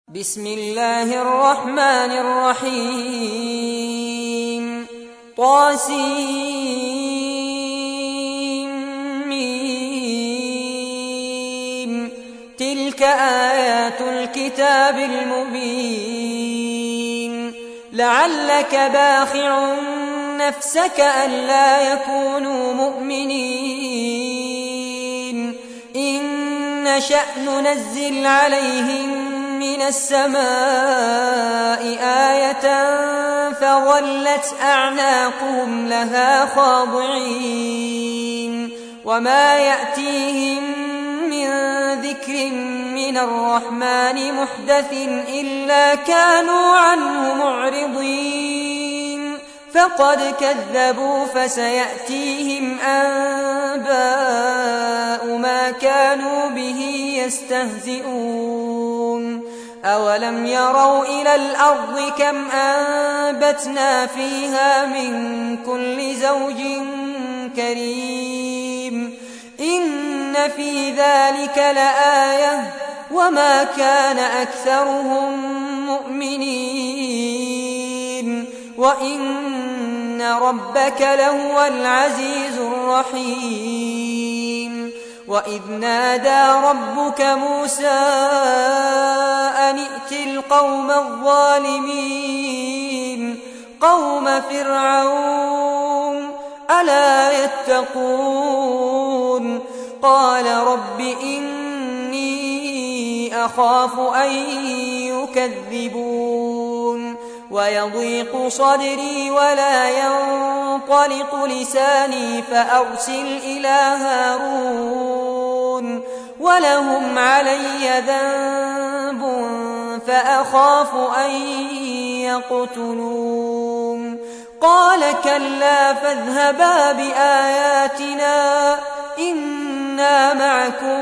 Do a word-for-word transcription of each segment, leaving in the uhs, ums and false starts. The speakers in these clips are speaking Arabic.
بسم الله الرحمن الرحيم طاسيم تلك آيات الكتاب المبين لعلك باخع نفسك ألا يكونوا مؤمنين إن نشأ ننزل عليهم من السماء آية فظلت أعناقهم لها خاضعين وما يأتيهم من ذكر من الرحمن محدث إلا كانوا عنه معرضين فقد كذبوا فسيأتيهم أنباء ما كانوا به يستهزئون أولم يروا إلى الأرض كم أنبتنا فيها من كل زوج كريم إن في ذلك لآية وما كان أكثرهم مؤمنين وإن ربك لهو العزيز الرحيم وإذ نادى ربك موسى أن ائت القوم الظالمين قوم فرعون ألا يتقون قال رب إني أخاف أن يكذبون ويضيق صدري ولا ينطلق لساني فأرسل إلى هارون ولهم علي ذنب فأخاف أن يقتلون قال كلا فاذهبا بآياتنا إنا معكم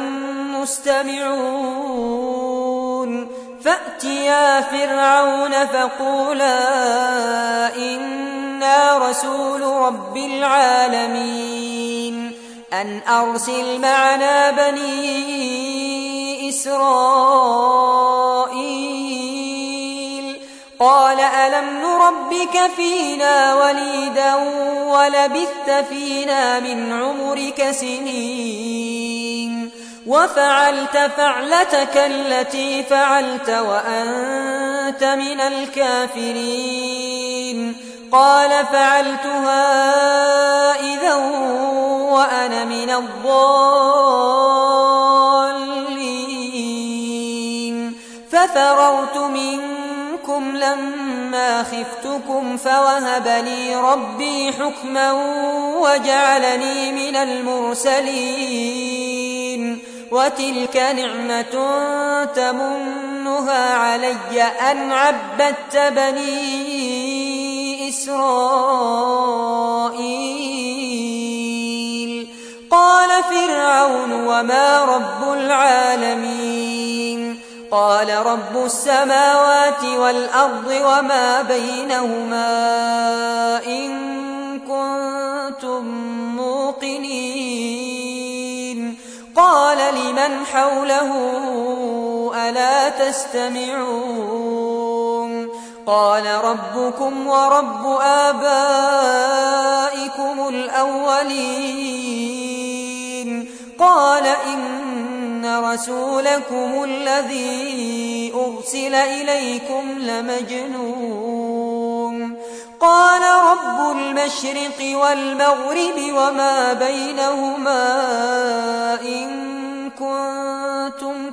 مستمعون فأتيا فرعون فقولا إنا رسول رب العالمين أن أرسل معنا بني إسرائيل قال ألم نربك فينا وليدا ولبثت فينا من عمرك سنين وفعلت فعلتك التي فعلت وأنت من الكافرين قال فعلتها إذا وأنا من الضالين ففررت منكم لما خفتكم فوهب لي ربي حكما وجعلني من المرسلين وتلك نعمة تمنها علي أن عبدت بني إسرائيل قال فرعون وما رب العالمين قال رب السماوات والأرض وما بينهما إن كنتم موقنين قال لمن حوله ألا تستمعون قال ربكم ورب آبائكم الأولين قال إن رسولكم الذي أرسل إليكم لمجنون قال رب المشرق والمغرب وما بينهما إن كنتم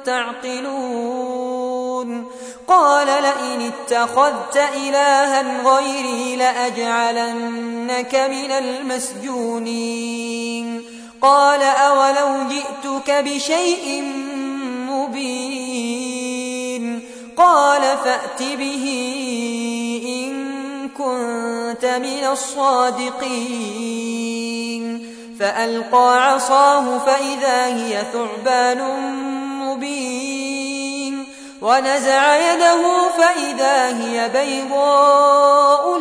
تعقلون قال لئن اتخذت إلها غيري لأجعلنك من المسجونين قال أولو جئتك بشيء مبين قال فأت به إن كنت من الصادقين فألقى عصاه فإذا هي ثعبان مبين ونزع يده فإذا هي بيضاء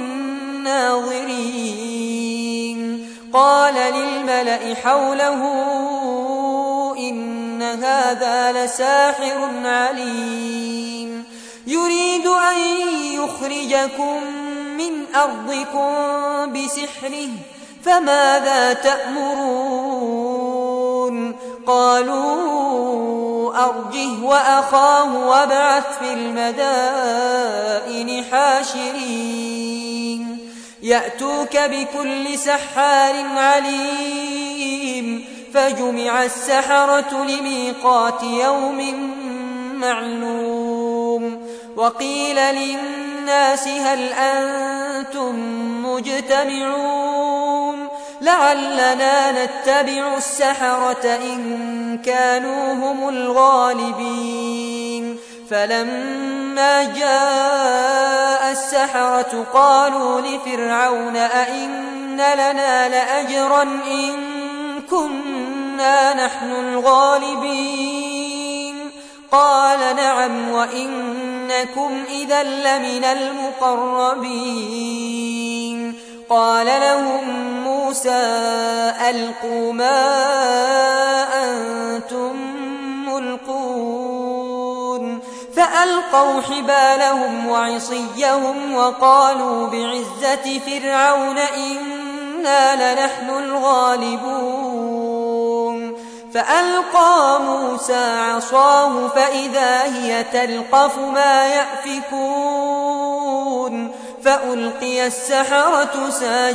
للناظرين قال للملأ حوله إن هذا لساحر عليم أن يخرجكم من أرضكم بسحره فماذا تأمرون قالوا أرجه وأخاه وابعث في المدائن حاشرين يأتوك بكل سحار عليم فجمع السحرة لميقات يوم معلوم وقيل للناس هل أنتم مجتمعون لعلنا نتبع السحرة إن كانوا هم الغالبين فلما جاء السحرة قالوا لفرعون أئن لنا لأجرا إن كنا نحن الغالبين قال نعم وإنكم إذا لمن المقربين قال لهم موسى ألقوا ما أنتم ملقون فألقوا حبالهم وعصيهم وقالوا بعزة فرعون إنا لنحن الغالبون فألقى موسى عصاه فإذا هي تلقف ما يأفكون فألقي السحرة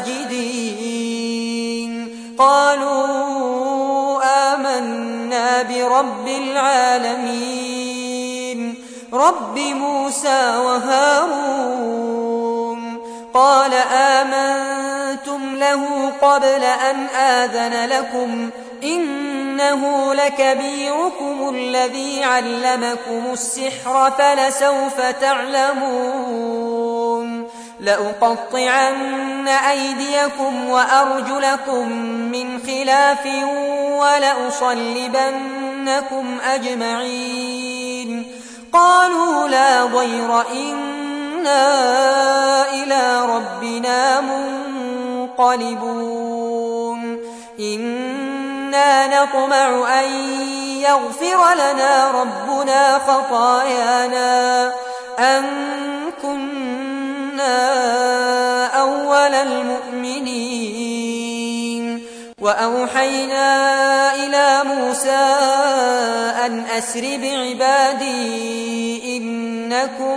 ساجدين قالوا آمنا برب العالمين رب موسى وهارون قال آمنتم له قبل أن آذن لكم إنه لكبيركم الذي علمكم السحر فلسوف تعلمون لأقطعن أيديكم وأرجلكم من خلاف ولأصلبنكم أجمعين قالوا لا ضير إنا إلى ربنا منقلبون إنا نطمع أن يغفر لنا ربنا خطايانا أن كنا أول المؤمنين وأوحينا إلى موسى أن أسر بعبادي إنكم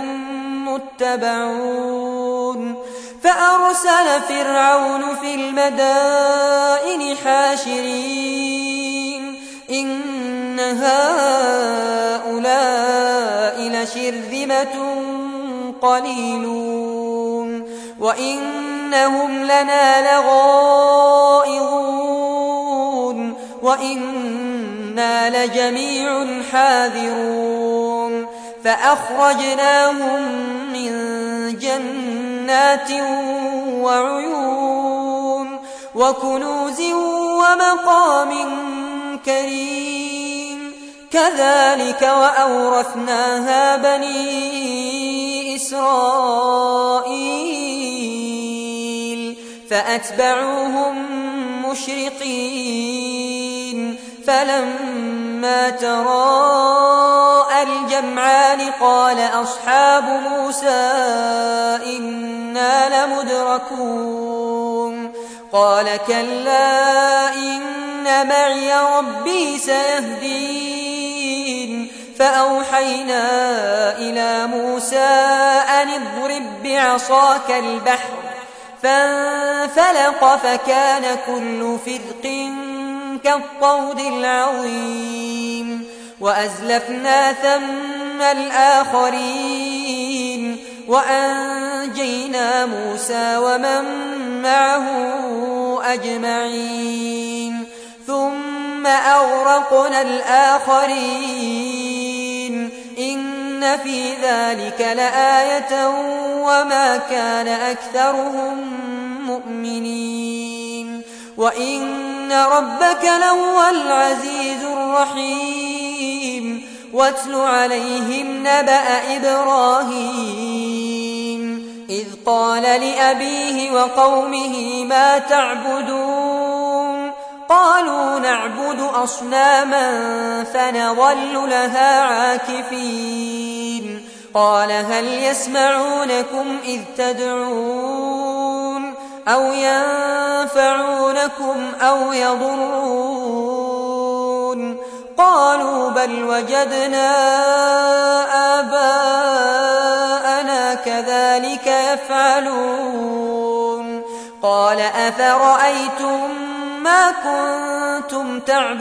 متبعون فأرسل فرعون في المدائن حاشرين إن هؤلاء لشرذمة قليلون وإنهم لنا لغائظون وإنا لجميع حاذرون فأخرجناهم من جنات وعيون وكنوز ومقام كريم كذلك وأورثناها بني إسرائيل فأتبعوهم مشرقين فلما تراءى الجمعان قال أصحاب موسى إنا لمدركون قال كلا إن معي ربي سيهدين فأوحينا إلى موسى أن اضرب بعصاك البحر فانفلق فكان كل فرق كالطود العظيم وأزلفنا ثم الآخرين وأنجينا موسى ومن معه أجمعين ثم أغرقنا الآخرين إن في ذلك لآية وما كان أكثرهم مؤمنين وإن ربك لهو العزيز الرحيم واتل عليهم نبأ إبراهيم إذ قال لأبيه وقومه ما تعبدون قالوا نعبد أصناما فنظل لها عاكفين قال هل يسمعونكم إذ تدعون أو ينفعونكم أو يضرون قالوا بل وجدنا آباءنا كذلك يفعلون قال أفرأيتم ما كنتم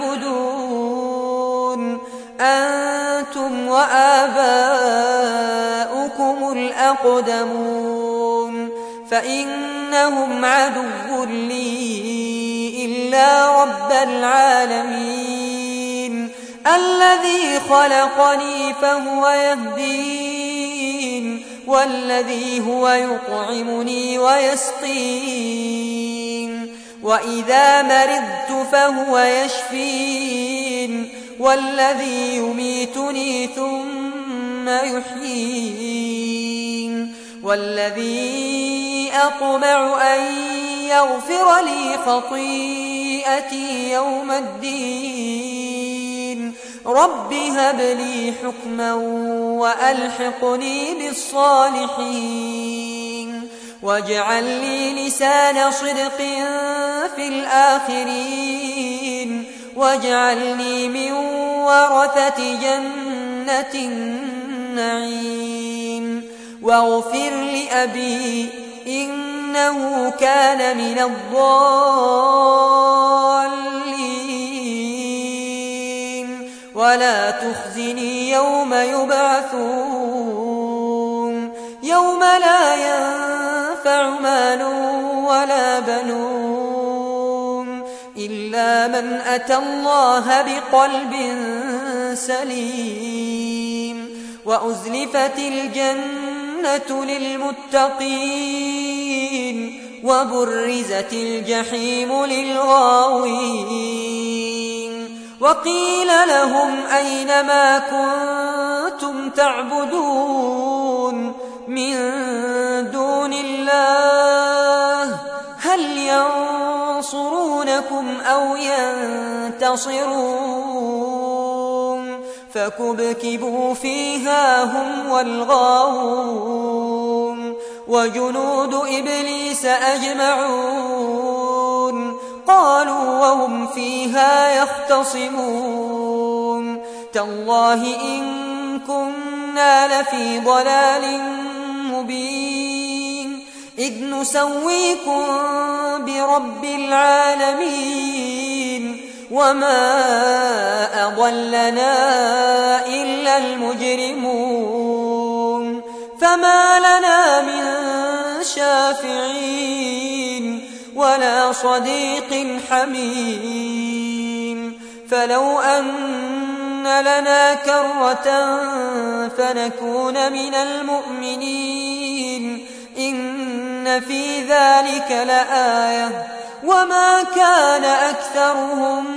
تعبدون أنتم وآباؤكم الأقدمون فإنهم عدو لي إلا رب العالمين الذي خلقني فهو يهدين والذي هو يطعمني ويسقين وإذا مرضت فهو يشفين والذي يميتني ثم يحيين والذي أطمع أن يغفر لي خطيئتي يوم الدين رب هب لي حكما وألحقني بالصالحين واجعل لي لسان صدق في الآخرين واجعلني من ورثة جنة النعيم واغفر لأبي إنه كان من الضالين ولا تخزني يوم يبعثون يوم لا ينفع مال ولا بنون إلا من أتى الله بقلب سليم وأزلفت الجنة للمتقين وبرزت الجحيم للغاوين وقيل لهم أين ما كنتم تعبدون من دون الله هل ينصرونكم أو ينتصرون فكبكبوا فيها هم والغاوون وجنود إبليس أجمعون قالوا وهم فيها يختصمون تالله إن كنا لفي ضلال مبين إذ نسويكم برب العالمين وما أضلنا إلا المجرمون فما لنا من شافعين ولا صديق حميم فلو أن لنا كرة فنكون من المؤمنين إن في ذلك لآية وما كان أكثرهم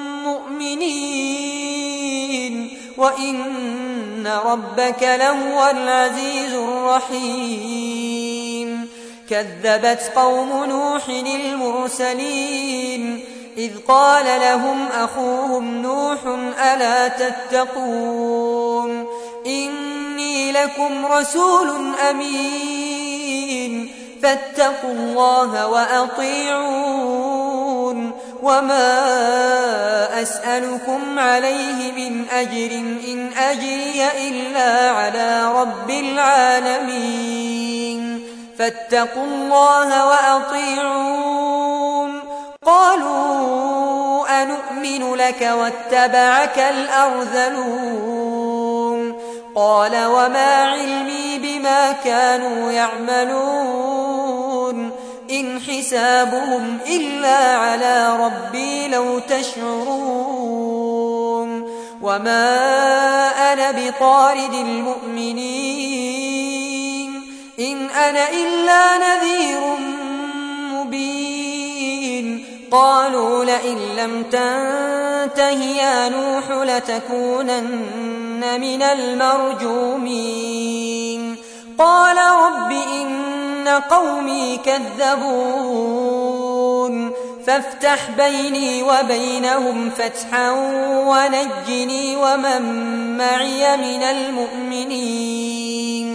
مؤمنين وإن ربك لهو العزيز الرحيم كذبت قوم نوح المرسلين إذ قال لهم أخوهم نوح ألا تتقون إني لكم رسول أمين فاتقوا الله وأطيعون وما أسألكم عليه من أجر إن أجري إلا على رب العالمين فاتقوا الله وأطيعون قالوا أنؤمن لك واتبعك الأرذلون قال وما علمي بما كانوا يعملون إن حسابهم إلا على ربي لو تشعرون وما أنا بطارد المؤمنين إن أنا إلا نذير مبين قالوا لئن لم تنته يا نوح لتكونن من المرجومين قال رب إن قومي كذبون فافتح بيني وبينهم فتحا ونجني ومن معي من المؤمنين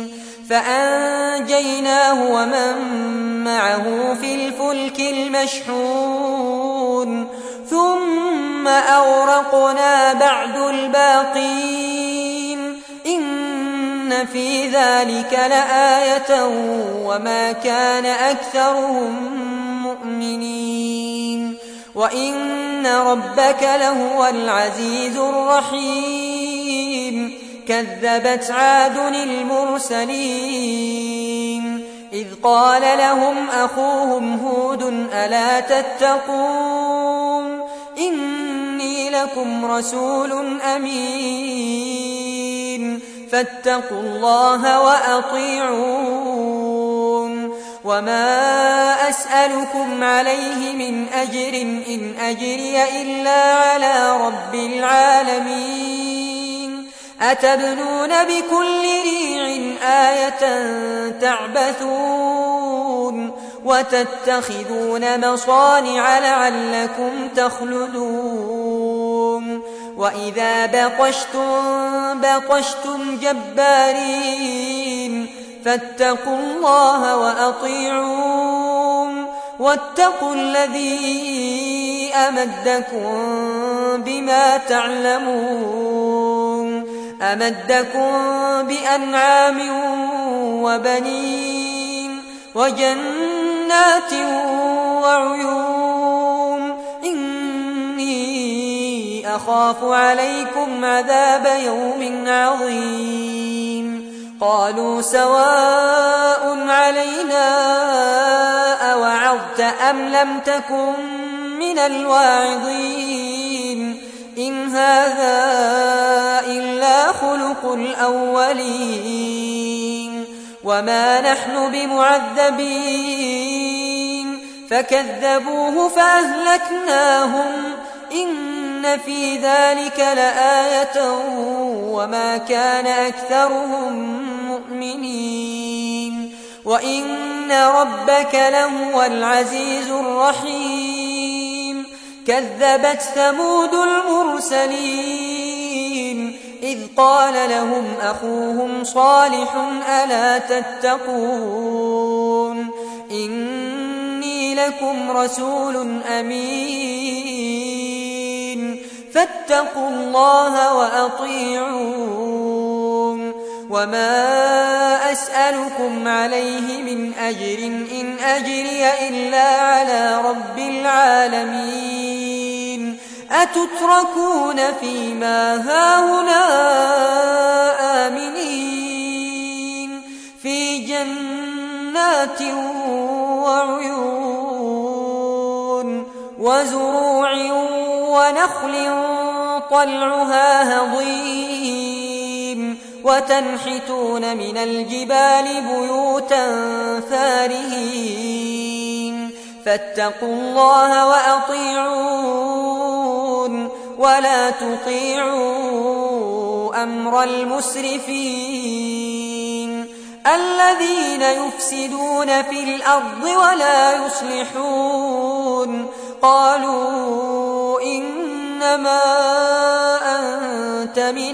فأنجيناه ومن معه في الفلك المشحون ثم أغرقنا بعد الباقين إن في ذلك لآية وما كان أكثرهم مؤمنين وإن ربك لهو العزيز الرحيم كذبت عاد المرسلين إذ قال لهم أخوهم هود ألا تتقون إني لكم رسول أمين فاتقوا الله وأطيعون وما أسألكم عليه من أجر إن أجري إلا على رب العالمين أتبنون بكل ريع آية تعبثون وتتخذون مصانع لعلكم تخلدون وإذا بطشتم بطشتم جبارين فاتقوا الله وأطيعون واتقوا الذي أمدكم بما تعلمون أمدكم بأنعام وبنين وجنات وعيون إني أخاف عليكم عذاب يوم عظيم قالوا سواء علينا أوعظت أم لم تكن من الواعظين إن هذا إلا خلق الأولين وما نحن بمعذبين فكذبوه فأهلكناهم إن في ذلك لآية وما كان أكثرهم مؤمنين وإن ربك لهو العزيز الرحيم كذبت ثمود المرسلين إذ قال لهم أخوهم صالح ألا تتقون إني لكم رسول أمين فاتقوا الله وأطيعون وما أسألكم عليه من أجر إن أجري إلا على رب العالمين أتتركون فيما هاهنا آمنين في جنات وعيون وزروع ونخل طلعها هضيم وتنحتون من الجبال بيوتا فارهين فاتقوا الله وأطيعون ولا تطيعوا أمر المسرفين الذين يفسدون في الأرض ولا يصلحون قالوا إنما أنت من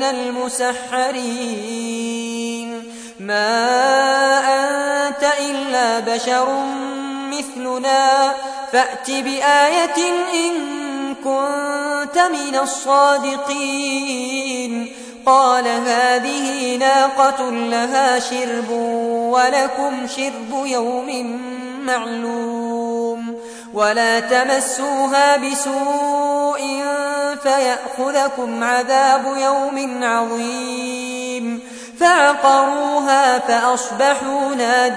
المسحرين ما أنت إلا بشر مثلنا فأت بآية إن كنت من الصادقين قال هذه ناقة لها شرب ولكم شرب يوم معلوم ولا تمسوها بسوء فيأخذكم عذاب يوم عظيم فعقروها فأصبحوا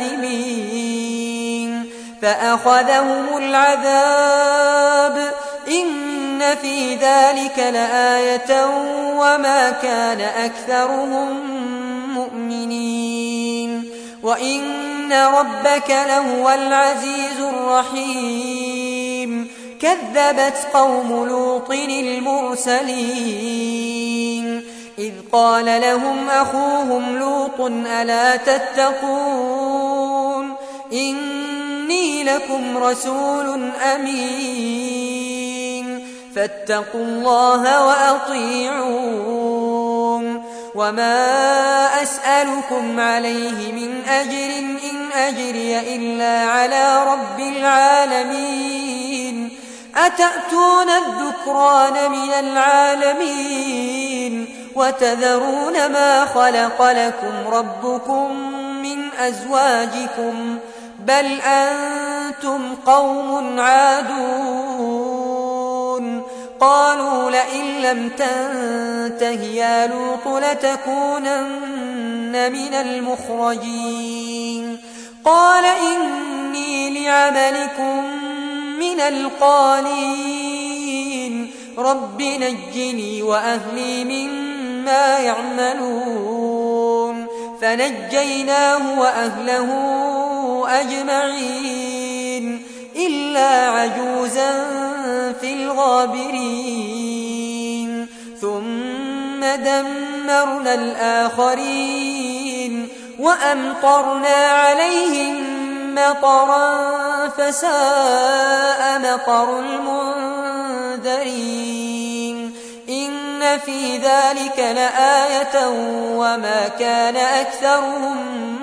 نادمين فأخذهم العذاب إن في ذلك لآية وما كان أكثرهم مؤمنين وإن ربك لهو العزيز الرحيم كذبت قوم لوط المرسلين إذ قال لهم أخوهم لوط ألا تتقون إني لكم رسول أمين فاتقوا الله وأطيعون وما أسألكم عليه من أجر إن أجري إلا على رب العالمين أتأتون الذكران من العالمين وتذرون ما خلق لكم ربكم من أزواجكم بل أنتم قوم عادون قالوا لئن لم تنته يا لوط لتكونن من المخرجين قال إني لعملكم من القالين رب نجني وأهلي مما يعملون فنجيناه وأهله أجمعين إلا عجوزا في الغابرين ثم دمرنا الآخرين وأمطرنا عليهم مطرا فساء مطر المنذرين إن في ذلك لآية وما كان أكثرهم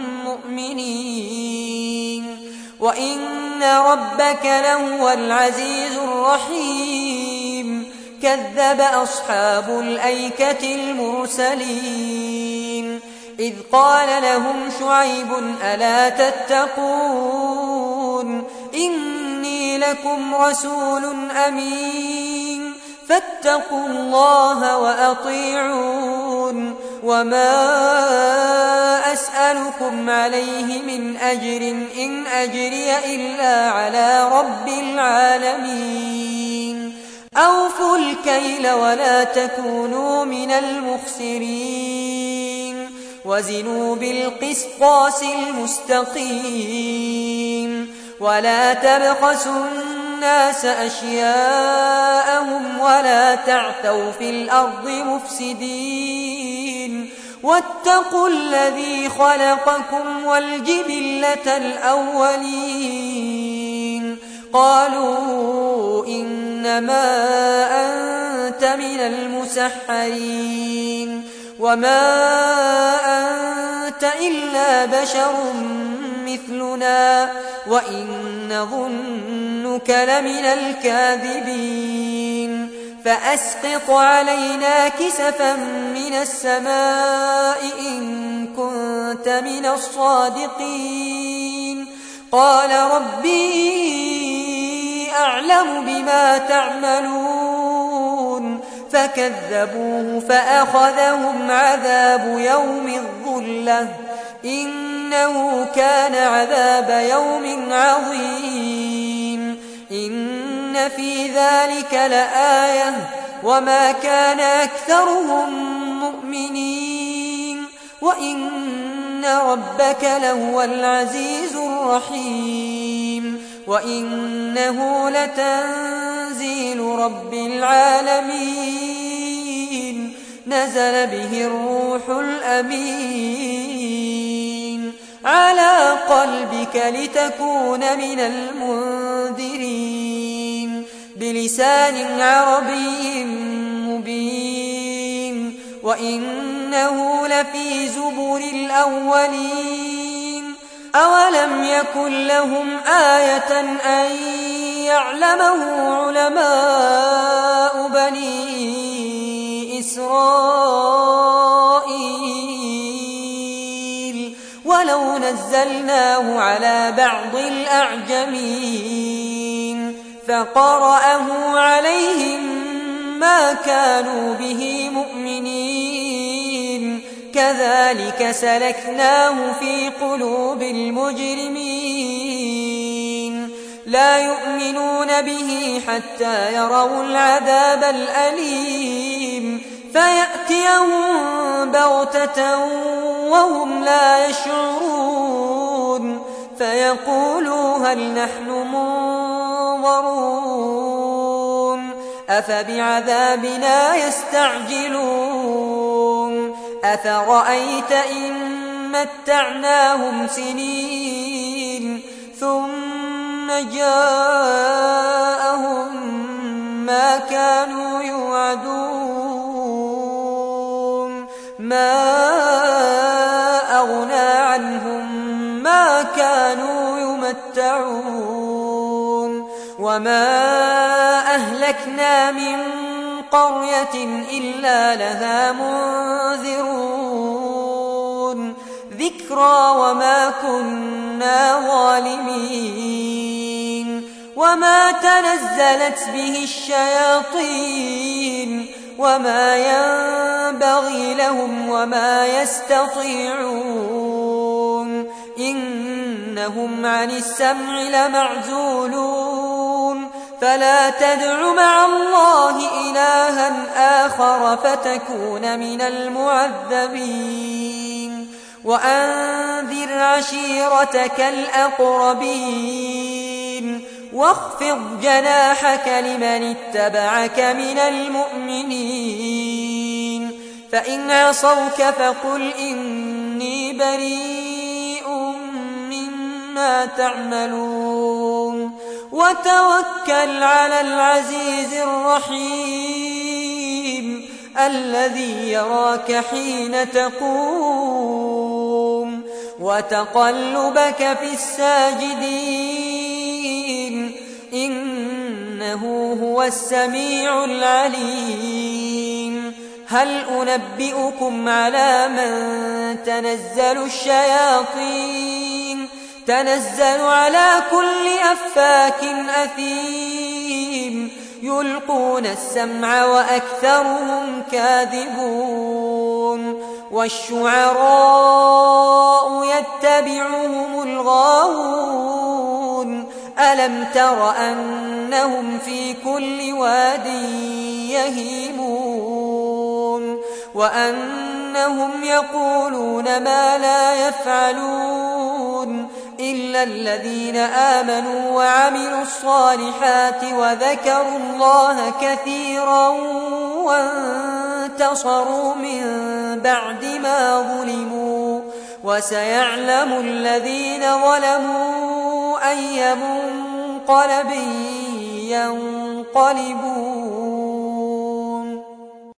مؤمنين وإن ربك لهو العزيز الرحيم كذب أصحاب الأيكة المرسلين إذ قال لهم شعيب ألا تتقون إني لكم رسول أمين فاتقوا الله وأطيعون وما أسألكم عليه من أجر إن أجري إلا على رب العالمين أوفوا الكيل ولا تكونوا من المخسرين وزنوا بالقسطاس المستقيم ولا تبخسوا الناس أشياءهم ولا تعثوا في الأرض مفسدين واتقوا الذي خلقكم والجبلة الأولين قالوا إنما أنت من المسحرين وما أنت إلا بشر مثلنا وإن نظنك لمن الكاذبين فأسقط علينا كسفا من السماء إن كنت من الصادقين قال ربي أعلم بما تعملون فكذبوه فأخذهم عذاب يوم الظلة إنه كان عذاب يوم عظيم إن في ذلك لآية وما كان أكثرهم مؤمنين وإن ربك لهو العزيز الرحيم وإنه لتنزيل رب العالمين نزل به الروح الأمين على قلبك لتكون من المنذرين بلسان عربي مبين وإنه لفي زبر الأولين أولم يكن لهم آية أن يعلمه علماء بني إسرائيل ولو نزلناه على بعض الأعجمين فقرأه عليهم ما كانوا به مؤمنين كذلك سلكناه في قلوب المجرمين لا يؤمنون به حتى يروا العذاب الأليم فيأتيهم بغتة وهم لا يشعرون فيقولوا هل نحن منظرون أفبعذابنا يستعجلون أفرأيت إن متعناهم سنين ثم جاءهم ما كانوا يوعدون ما أغنى عنهم ما كانوا يمتعون وما أهلكنا من قرية إلا لها منذرون ذكرى وما كنا ظالمين وما تنزلت به الشياطين وما ينبغي لهم وما يستطيعون إنهم عن السمع لمعزولون فلا تدع مع الله إلها آخر فتكون من المعذبين وأنذر عشيرتك الأقربين واخفض جناحك لمن اتبعك من المؤمنين فإن عصوك فقل إني بريء مما تعملون وتوكل على العزيز الرحيم الذي يراك حين تقوم وتقلبك في الساجدين إنه هو السميع العليم هل أنبئكم على من تنزل الشياطين تنزل على كل أفاك أثيم يلقون السمع وأكثرهم كاذبون والشعراء يتبعهم الغاوون ألم تر أنهم في كل واد يهيمون وأنهم يقولون ما لا يفعلون إلا الذين آمنوا وعملوا الصالحات وذكروا الله كثيرا وانتصروا من بعد ما ظلموا وسيعلم الذين ظلموا أي منقلب ينقلبون